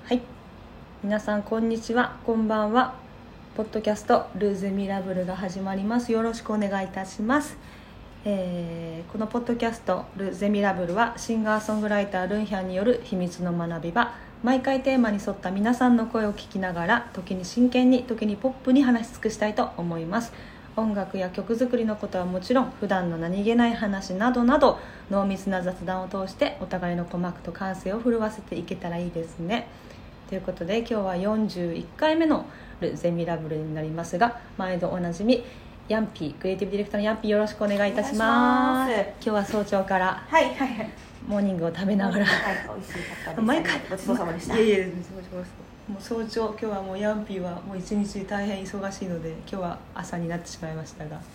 はい、皆さんこんにちは、こんばんは。ポッドキャストルーゼミラブルが始まります。よろしくお願いいたします。このポッドキャストルーゼミラブルはシンガーソングライタールンヒャンによる秘密の学び場。毎回テーマに沿った皆さんの声を聞きながら、時に真剣に時にポップに話し尽くしたいと思います。音楽や曲作りのことはもちろん、普段の何気ない話などなど、濃密な雑談を通してお互いの鼓膜と感性を震わせていけたらいいですね。ということで今日は41回目のルゼミラブルになりますが、毎度おなじみヤンピー、クリエイティブディレクターのヤンピー、よろしくお願いいたします。今日は早朝からモーニングを食べながら、 美味しかったです。 毎回ごちそうさまでした。 いえいえ、もう早朝、今日はもうヤンピーはもう一日大変忙しいので、今日は朝になってしまいましたが、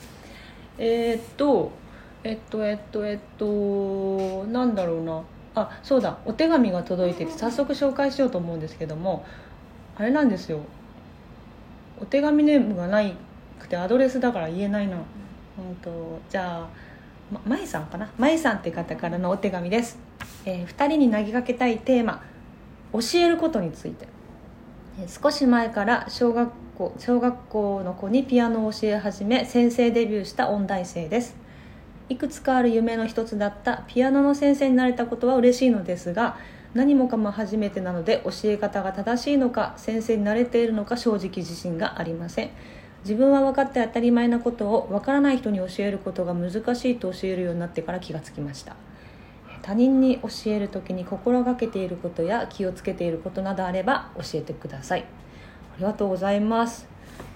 なんだろうなあ、そうだ、お手紙が届いてて早速紹介しようと思うんですけども、あれなんですよ、お手紙ネームがないくてアドレスだから言えないな。じゃあまいさんかな、まいさんって方からのお手紙です。2人に投げかけたいテーマ、教えることについて。少し前から小学校の子にピアノを教え始め、先生デビューした音大生です。いくつかある夢の一つだったピアノの先生になれたことは嬉しいのですが、何もかも初めてなので教え方が正しいのか、先生になれているのか、正直自信がありません。自分は分かって当たり前なことを分からない人に教えることが難しいと教えるようになってから気がつきました。他人に教えるときに心がけていることや気をつけていることなどあれば教えてください。ありがとうございます。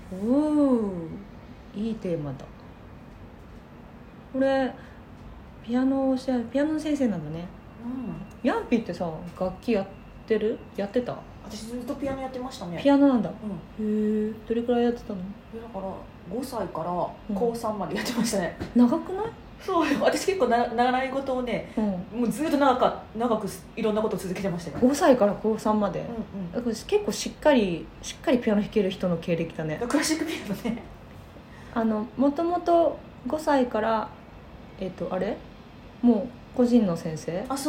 いいテーマだ。これピアノの先生なんだね。ヤンピーってさ、楽器やってた？ 私ずっとピアノやってましたね。 ピアノなんだ。 うん、 へえ。どれくらいやってたの？ だから5歳から高3までやってましたね。 長くない？ そう、私結構習い事をね、もうずっと長くいろんなことを続けてましたよ。 5歳から高3まで、結構しっかりピアノ弾ける人の経歴だね。 クラシックピアノね。 もともと5歳からあれもう個人の先生？ そう。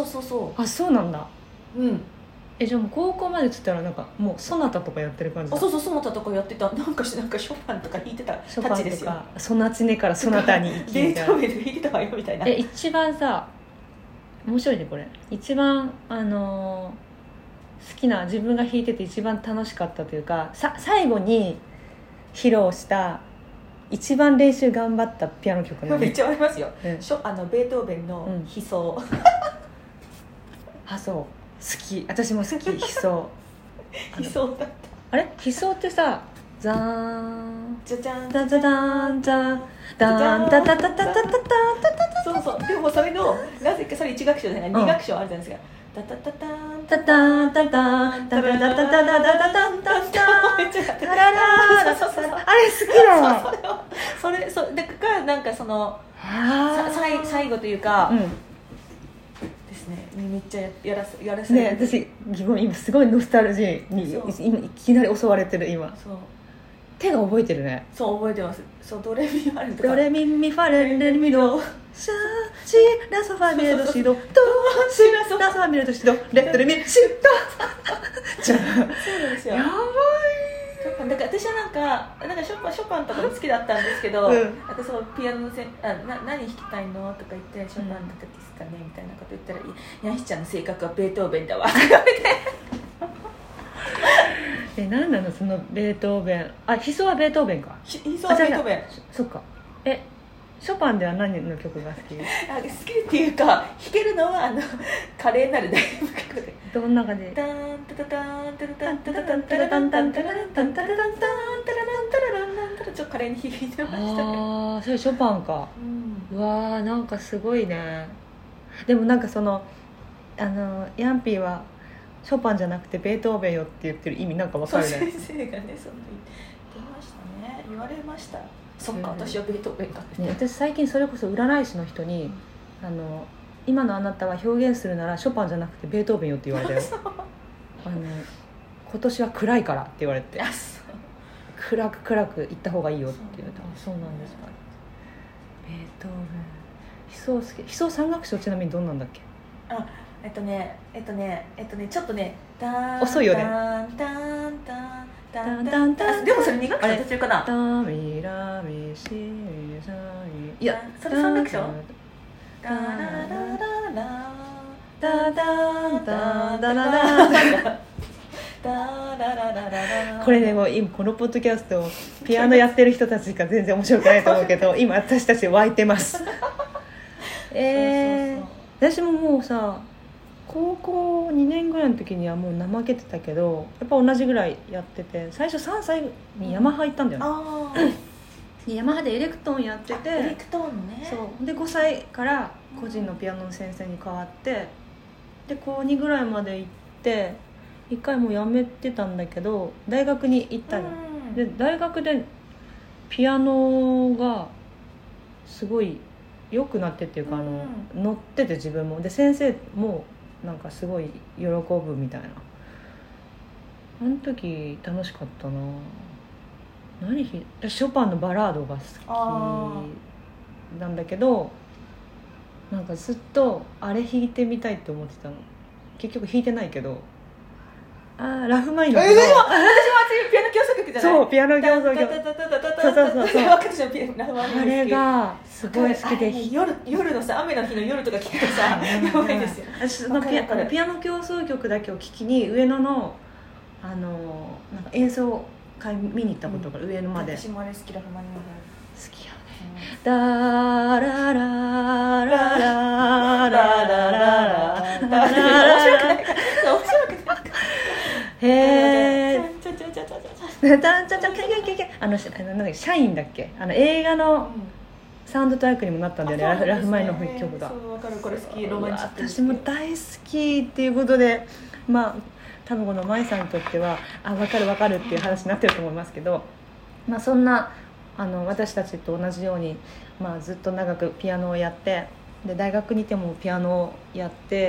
あ、そうなんだ。じゃあもう高校までっつったらなんかもうソナタとかやってる感じだ。 そう、ソナタとかやってた。なんかショパンとか弾いてたショパンとかソナチネからソナタに行きベートーベンで弾いてたわよみたいな。 一番さ、面白いねこれ。一番好きな、自分が弾いてて一番楽しかったというか、最後に披露した一番練習頑張ったピアノ曲のめっちゃありますよ、ベートーベンの悲壮、 そう、好き。私も好き。悲壮悲壮だった。 あれ悲壮ってさ、ザーンじゃじゃんダダダンダンダンダダダダダダダダ。 そうでもそれのなぜかそれ1楽章じゃない、2楽章あるじゃないですか。タタタタンタタンタタンタタタタタタタタタタンタタララー。あれ好きだ。 そうだからなんかその最後というか、ですね、めっちゃやらせね。私今すごいノスタルジーにいきなり襲われてる。今そう手が覚えてるね。 そう覚えてます。そう、ドレミファレンとかドレミミファレンレミドシャシラソファミレドシドドシラソファミレドシドレドレミシドじゃあ、そうなんですよ。 やばい。 だから私はなんかショパンとかも好きだったんですけど、なんかそうピアノの何弾きたいのとか言って、ショパンとかですかねみたいなこと言ったら、ヤンヒちゃんの性格はベートーベンだわって言われて何なのそのベートーベン。悲壮はベートーベンか。 悲壮はベートーベン。 そっか。ショパンでは何の曲が好き？ 好きっていうか、弾けるのは華麗なる大音楽で。 どんな感じ？ タンタタタンタタタンタタタンタタタンタンタタタンタンタタタンタンタタタンタタタンタタタン、ちょっと華麗に弾いてましたね。 それショパンか。うわー、なんかすごいね。でもなんかそのヤンピーはショパンじゃなくてベートーベンよって言ってる意味なんかわかるね。 先生がね、そんな言ってましたね。言われました。そっか、私はベートーベンかって、 私最近それこそ占い師の人に、今のあなたは表現するならショパンじゃなくてベートーベンよって言われたよ今年は暗いからって言われて、暗く言った方がいいよって言われた。そうなんですか。ベートーベン、悲壮3楽章ちなみにどんなんだっけ？ ちょっとね遅いよね。 でもそれ2学期の途中かな。いやそれ3楽章。 これね、もう今このポッドキャストピアノやってる人たちしか全然面白くないと思うけど今私たち湧いてます私ももうさ高校2年ぐらいの時にはもう怠けてたけどやっぱ同じぐらいやってて、最初3歳にヤマハ行ったんだよね、ヤマハでエレクトーンやってて、 エレクトーンね。 そうで5歳から個人のピアノの先生に変わってで高2ぐらいまで行って1回もうやめてたんだけど大学に行ったの、で大学でピアノがすごい良くなってっていうか乗ってて自分もで先生もなんかすごい喜ぶみたいな。あの時楽しかったな。私ショパンのバラードが好きなんだけどなんかずっとあれ弾いてみたいって思ってたの。結局弾いてないけどラフマイノフの私もピアノ競争曲じゃない。 そうピアノ競争曲あれがすごい好きで夜のさ雨の日の夜とか聴くとさやばいですよ。 私そのピアノ競争曲だけを聴きに上野のなんか演奏会見に行ったことが上野まで。 私もあれ好き。ラフマニノフ好きよね。ダラララララララララ面白くないへえシャインだっけ映画のサウンドトラックにもなったんだよね、ラフマニノフ曲が。 そう分かる、これ好き、ロマンチック。 私も大好きっていうことでまあ多分この舞さんにとっては分かる分かるっていう話になってると思いますけど、まあ、そんな私たちと同じように、まあ、ずっと長くピアノをやってで大学にいてもピアノをやって、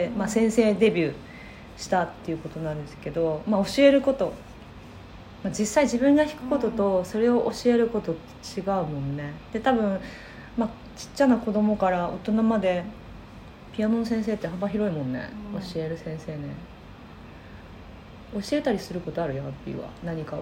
まあ、先生デビューしたっていうことなんですけど、まあ、教えること、まあ、実際自分が弾くこととそれを教えることって違うもんね。で多分、まあ、ちっちゃな子供から大人までピアノの先生って幅広いもんね、教える先生ね。教えたりすることあるよ、ハッピーは何かを。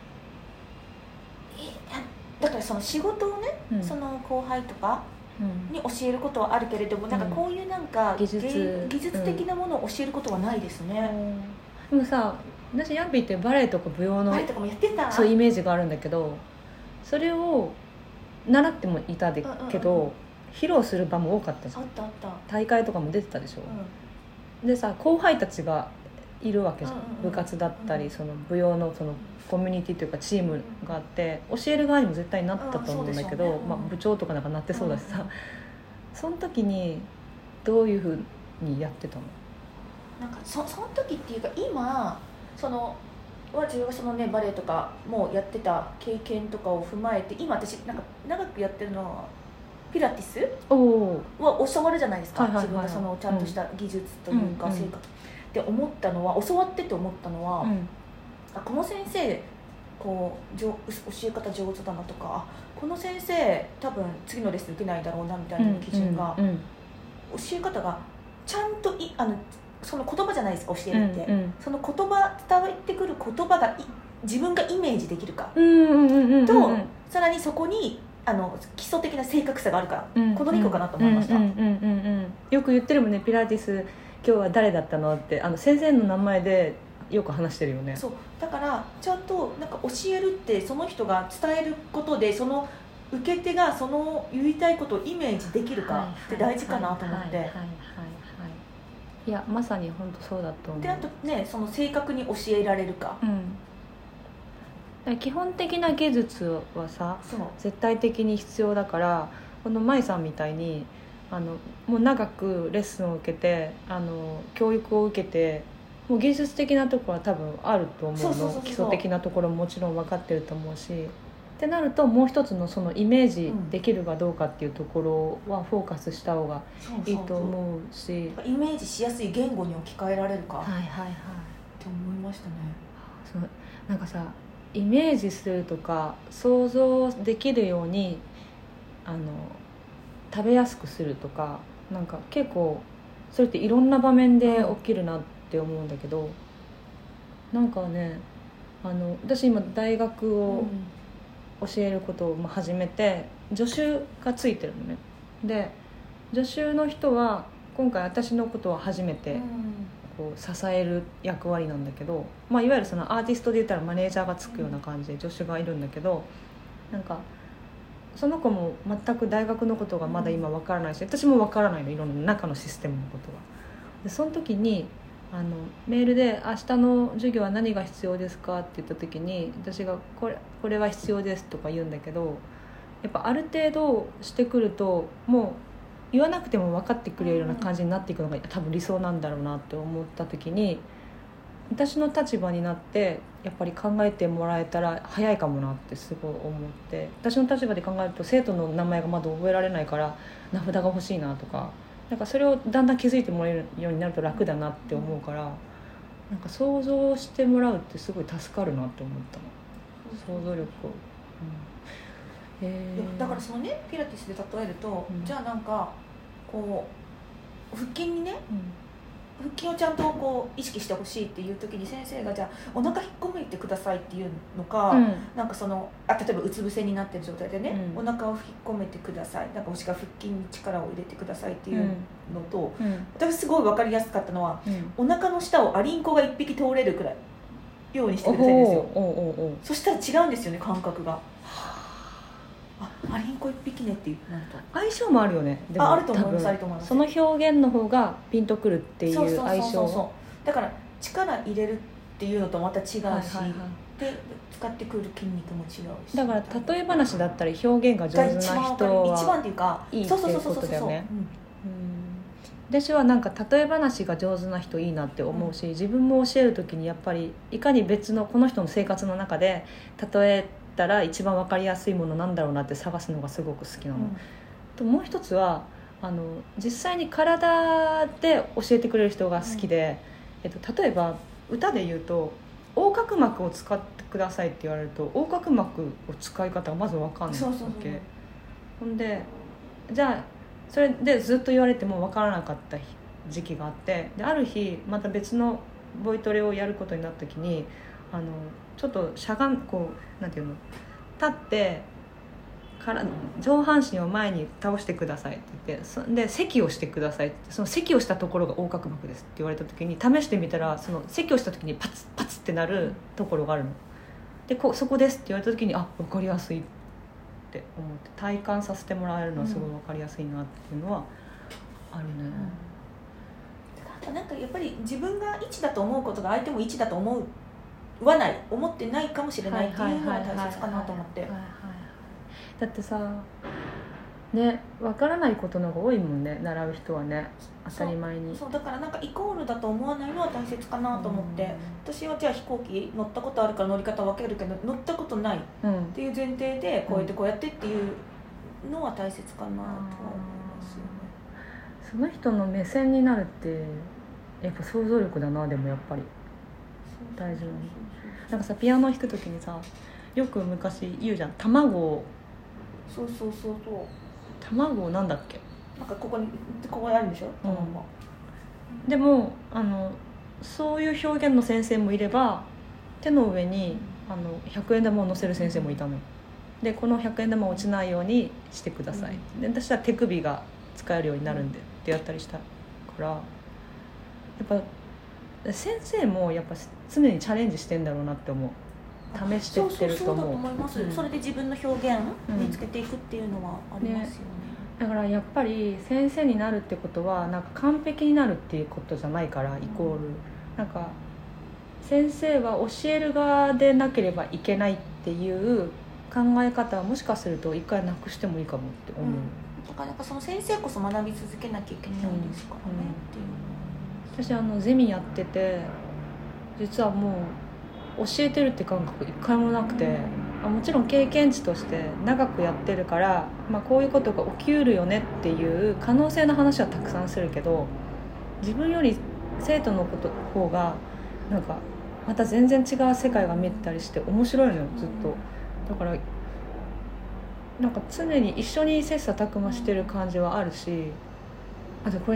だからその仕事をね、その後輩とかに教えることはあるけれども、なんかこういうなんか技術的なものを教えることはないですね。 でもさ、私ヤッピーってバレエとか舞踊のバレエとかもやってた、 そういうイメージがあるんだけど、それを習ってもいたけど、披露する場も多かったじゃん。 あったあった。 大会とかも出てたでしょ、でさ、後輩たちがいるわけじゃん、部活だったりその舞踊のそのコミュニティというかチームがあって、教える側にも絶対なったと思うんだけど、まあ、部長とかなんかなってそうだしさ、その時にどういうふうにやってたの？ なんかその時っていうか、今その自分がそのねバレエとかもやってた経験とかを踏まえて、今私なんか長くやってるのはピラティスは教わるじゃないですか、自分がそのちゃんとした技術というか性格って思ったのは、教わってて思ったのは、この先生こう教え方上手だなとか、この先生多分次のレッスン受けないだろうなみたいな基準が、教え方がちゃんとその言葉じゃないですか、教えるって、その言葉伝わってくる言葉が自分がイメージできるかと、さらにそこに基礎的な正確さがあるから、この2個かなと思いました。 よく言ってるもんね、ピラティス今日は誰だったのって先生の名前でよく話してるよね。 そうだからちゃんとなんか教えるって、その人が伝えることでその受け手がその言いたいことをイメージできるかって大事かなと思って、 いやまさに本当そうだと思う。 であとね、その正確に教えられるか、 基本的な技術はさ絶対的に必要だから、この舞さんみたいにもう長くレッスンを受けて教育を受けて、もう技術的なところは多分あると思うの。基礎的なところももちろん分かってると思うし、ってなるともう一つのそのイメージできるかどうかっていうところはフォーカスした方がいいと思うし、 イメージしやすい言語に置き換えられるか、 って思いましたね。 そうなんかさ、イメージするとか想像できるように食べやすくするとか、なんか結構それっていろんな場面で起きるなって思うんだけど、なんかね私今大学を教えることを始めて助手がついてるのね。で助手の人は今回私のことは初めてこう支える役割なんだけど、いわゆるそのアーティストで言ったらマネージャーがつくような感じで助手がいるんだけど、なんかその子も全く大学のことがまだ今分からないし、私も分からないの、いろんな中のシステムのことが。でその時にメールで「明日の授業は何が必要ですか?」って言った時に私がこれは必要ですとか言うんだけど、やっぱある程度してくるともう言わなくても分かってくれるような感じになっていくのが多分理想なんだろうなって思った時に、私の立場になってやっぱり考えてもらえたら早いかもなってすごい思って、私の立場で考えると生徒の名前がまだ覚えられないから名札が欲しいなとか、なんかそれをだんだん気づいてもらえるようになると楽だなって思うから、なんか想像してもらうってすごい助かるなって思ったの、想像力を、 だからそのねピラティスで例えると、じゃあなんかこう腹筋にね、腹筋をちゃんとこう意識してほしいっていう時に先生がじゃあお腹引っ込めてくださいっていうのか、なんかその例えばうつ伏せになってる状態でね、お腹を引っ込めてください、なんかもしくは腹筋に力を入れてくださいっていうのと、私すごい分かりやすかったのは、お腹の下をアリンコが1匹通れるくらいようにしてくださいんですよ。そしたら違うんですよね、感覚が。アリンコ1匹ねっていうなんと相性もあるよね。 でもあると思います、あると思います。 その表現の方がピンとくるっていう相性。 だから力入れるっていうのとまた違うし、で使ってくる筋肉も違うし、 だから例え話だったり表現が上手な人は一番っていうかいいっていうことだよね。私はなんか例え話が上手な人いいなって思うし、自分も教える時にやっぱりいかに別のこの人の生活の中で例えたら一番分かりやすいものなんだろうなって探すのがすごく好きなの、ともう一つは実際に体で教えてくれる人が好きで、例えば歌で言うと横隔膜を使ってくださいって言われると横隔膜を使い方がまず分かんないわけ。ほんでじゃあそれでずっと言われても分からなかった時期があって、である日また別のボイトレをやることになった時にちょっとしゃがんこうなんていうの立ってから上半身を前に倒してくださいって言って、で咳をしてくださいって、その咳をしたところが横隔膜ですって言われた時に試してみたら、その咳をした時にパツパツってなるところがあるので、そこですって言われた時に分かりやすいって思って体感させてもらえるのはすごい分かりやすいなっていうのはあるね。 なんかやっぱり自分が1だと思うことが相手も1だと思ってないかもしれないっていうのは大切かなと思って。 だってさね、分からないことの方が多いもんね、習う人はね、当たり前に。 そうだからなんかイコールだと思わないのは大切かなと思って、私はじゃあ飛行機乗ったことあるから乗り方分けるけど乗ったことないっていう前提でこうやってこうやってっていうのは大切かなとは思いますよね。 その人の目線になるってやっぱ想像力だな。でもやっぱり大事なの。なんかさピアノ弾くときにさよく昔言うじゃん、卵を。 そう卵なんだっけ、 なんかここにあるんでしょ、卵、 でもそういう表現の先生もいれば手の上に100円玉を乗せる先生もいたのよ。でこの100円玉落ちないようにしてください、で私は手首が使えるようになるんでってやったりしたから、やっぱ先生もやっぱ常にチャレンジしてんだろうなって思う。試してってると思う。 そうだと思います、それで自分の表現見つけていくっていうのはありますよね。 だからやっぱり先生になるってことはなんか完璧になるっていうことじゃないから、イコールなんか先生は教える側でなければいけないっていう考え方はもしかすると一回なくしてもいいかもって思う、 だからなんかその先生こそ学び続けなきゃいけないんですからね、っていう。 私ゼミやってて実はもう教えてるって感覚一回もなくて、もちろん経験値として長くやってるから、こういうことが起きうるよねっていう可能性の話はたくさんするけど、自分より生徒の方がなんかまた全然違う世界が見えたりして面白いのよずっと。だからなんか常に一緒に切磋琢磨してる感じはあるし、あとこれね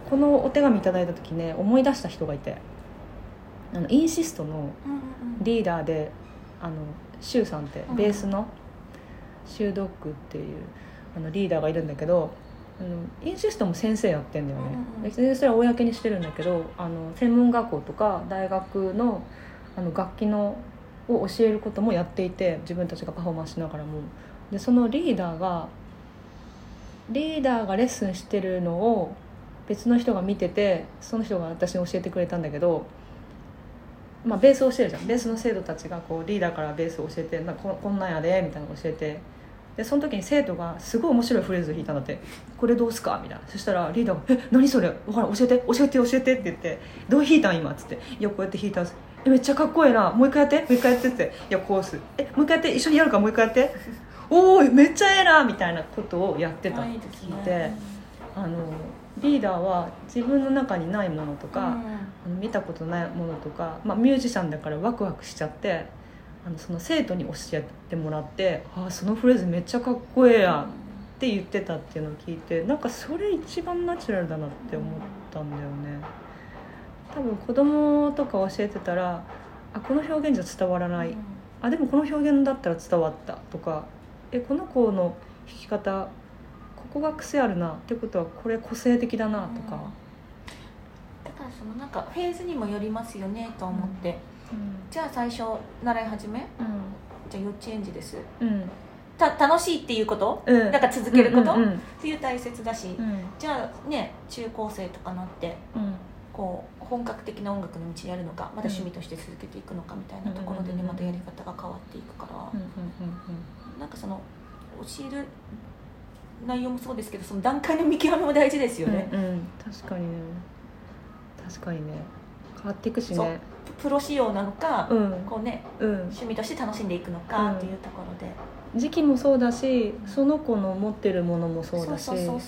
このお手紙いただいた時ね思い出した人がいて、インシストのリーダーでシュウさんってベースのシュウドッグっていうリーダーがいるんだけど、インシストも先生やってんだよね、別にそれは公にしてるんだけど専門学校とか大学の楽器を教えることもやっていて、自分たちがパフォーマンスしながらもで、そのリーダーがレッスンしてるのを別の人が見てて、その人が私に教えてくれたんだけど、ベースを教えるじゃん。ベースの生徒たちがこうリーダーからベースを教えてこんなんやでみたいなのを教えて、でその時に生徒がすごい面白いフレーズを弾いたんだって。これどうすかみたいな。そしたらリーダーが何それほら教えてって言って、どう弾いたん今っつって、いやこうやって弾いたんです。めっちゃかっこいいな、もう一回やってって言って、いやコースもう一回やって、一緒にやるからもう一回やって、おーめっちゃええなみたいなことをやってたって聞いて、リーダーは自分の中にないものとか、見たことないものとか、ミュージシャンだからワクワクしちゃって、その生徒に教えてもらって、そのフレーズめっちゃかっこええやんって言ってたっていうのを聞いて、なんかそれ一番ナチュラルだなって思ったんだよね。多分子供とか教えてたら、この表現じゃ伝わらない、でもこの表現だったら伝わったとか、この子の弾き方ここが癖あるなってことはこれ個性的だなとか、 だからそのなんかフェーズにもよりますよねと思って、じゃあ最初習い始め、じゃあ幼稚園児です、楽しいっていうこと、なんか続けること、っていう大切だし、じゃあね中高生とかなって、こう本格的な音楽の道やるのか、まだ趣味として続けていくのかみたいなところでね、またやり方が変わっていくから、なんかその教える内容もそうですけど、その段階の見極めも大事ですよね。 確かにね変わっていくしね。 プロ仕様なのか、こうね、趣味として楽しんでいくのかっていうところで、 時期もそうだし、その子の持ってるものもそうだし、あるよね。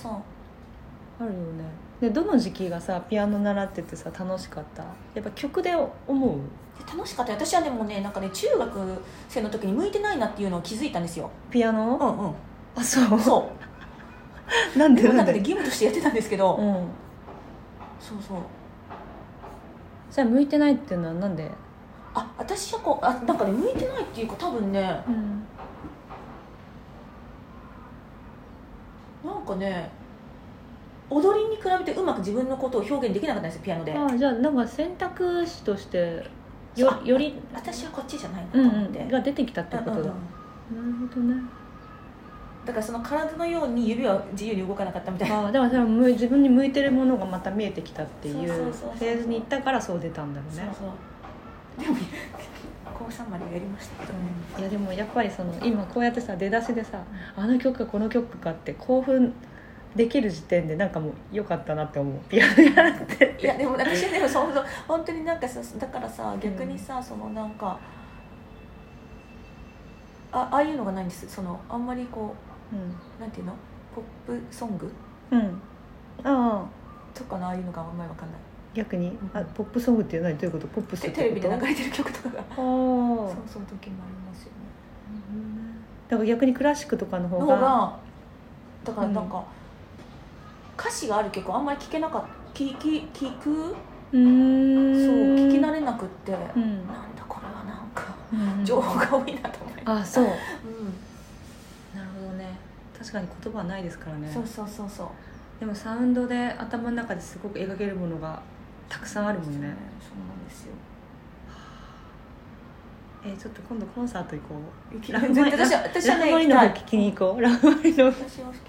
でどの時期がさピアノ習っててさ楽しかった？やっぱ曲で思う？ 楽しかった。私はでもね、なんかね、中学生の時に向いてないなっていうのを気づいたんですよ。 ピアノ？ そうなんで義務としてやってたんですけど、そうじゃあ向いてないっていうのはなんで？ 私はこうなんかね、向いてないっていうか、多分ね、なんかね、踊りに比べてうまく自分のことを表現できなかったんですよ、ピアノで。 じゃあなんか選択肢としてより私はこっちじゃないなと思って、 が出てきたってことだ。なるほどね。 だからその体のように指は自由に動かなかったみたいな。 だからそれは自分に向いてるものがまた見えてきたっていうフェーズに行ったからそう出たんだろうね。 でも高3までやりましたけどね。 いやでもやっぱり今こうやってさ出だしでさ、あの曲かこの曲かって興奮できる時点でなんかもう良かったなって思う、ピアノやって。 いやでも私はでも本当になんかさ、だからさ逆にさ、そのなんかああいうのがないんです。あんまりこう、なんていうの、ポップソング、とかのああいうのがあんまり分かんない。 逆に、ポップソングって何、どういうこと？ポップスってこと？ テレビで流れてる曲とかがそう時もありますよね。 だから逆にクラシックとかの方がだからなんか、歌詞がある曲あんまり聴けなかった。聞くそう聞き慣れなくって、なんだこれはなんか、情報が多いなと思います。 そう、なるほどね。確かに言葉はないですからね。 そうでもサウンドで頭の中ですごく描けるものがたくさんあるもんね。そうなんですよ。 ちょっと今度コンサート行こう。 ラフマリの方聞きに行こう。ラフマリの。 私はすごい聞きたいです。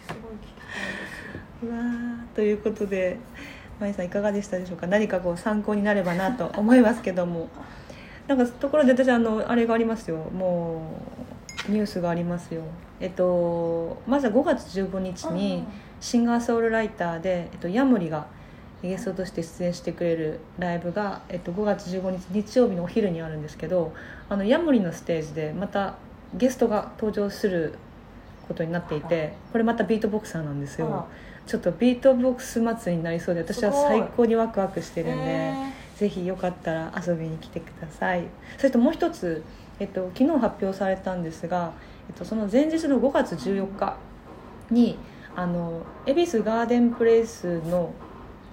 うわー、ということでまゆさんいかがでしたでしょうか。何かこう参考になればなと思いますけどもなんかところで私あれがありますよ。もうニュースがありますよ。まずは5月15日にシンガーソウルライターで、ヤモリがゲストとして出演してくれるライブが、5月15日日曜日のお昼にあるんですけど、ヤモリのステージでまたゲストが登場することになっていて、これまたビートボクサーなんですよ。ちょっとビートボックス祭りになりそうで、私は最高にワクワクしてるんで、ぜひよかったら遊びに来てください。それともう一つ、昨日発表されたんですが、その前日の5月14日に恵比寿ガーデンプレイスの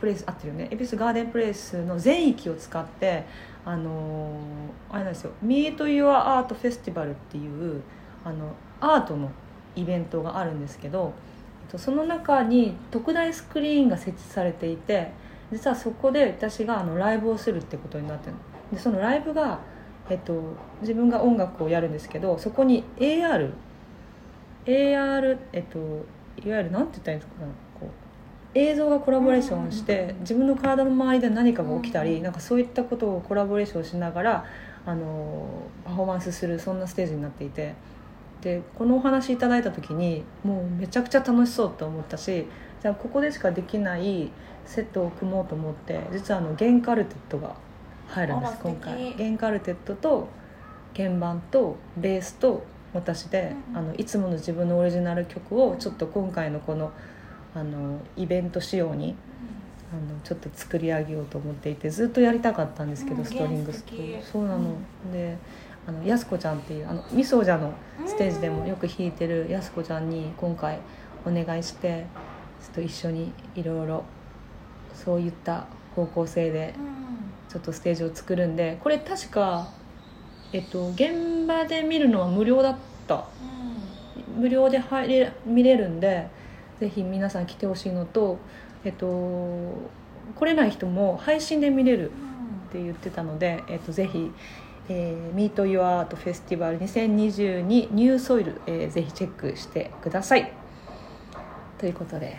プレイス合ってるよね、恵比寿ガーデンプレイスの全域を使ってあれなんですよ、Meet Your Art Festival っていうアートのイベントがあるんですけど、その中に特大スクリーンが設置されていて、実はそこで私がライブをするってことになってるので、そのライブが、自分が音楽をやるんですけど、そこに AR、いわゆるなんて言ったらいいんですかね、こう映像がコラボレーションして、自分の体の周りで何かが起きたり、なんかそういったことをコラボレーションしながらパフォーマンスする、そんなステージになっていて、でこのお話いただいた時にもうめちゃくちゃ楽しそうと思ったし、じゃあここでしかできないセットを組もうと思って、実は弦カルテットが入るんです。今回弦カルテットと鍵盤とベースと私で、いつもの自分のオリジナル曲をちょっと今回のこのイベント仕様にちょっと作り上げようと思っていて、ずっとやりたかったんですけど、ストリングスと、そうなの、でやすこちゃんっていうみそじゃのステージでもよく弾いてるやすこちゃんに今回お願いして、ちょっと一緒にいろいろそういった方向性でちょっとステージを作るんで、これ確か、現場で見るのは無料だった、無料で見れるんで、ぜひ皆さん来てほしいのと、来れない人も配信で見れるって言ってたので、ぜひMeet Your Art Festival 2022ニューソイル、ぜひチェックしてくださいということで、はい、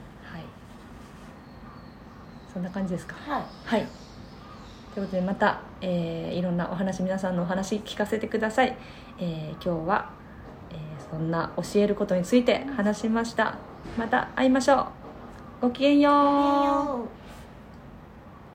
そんな感じですか。はい、ということでまた、いろんなお話、皆さんのお話聞かせてください。今日は、そんな教えることについて話しました。また会いましょう。ごきげんよう。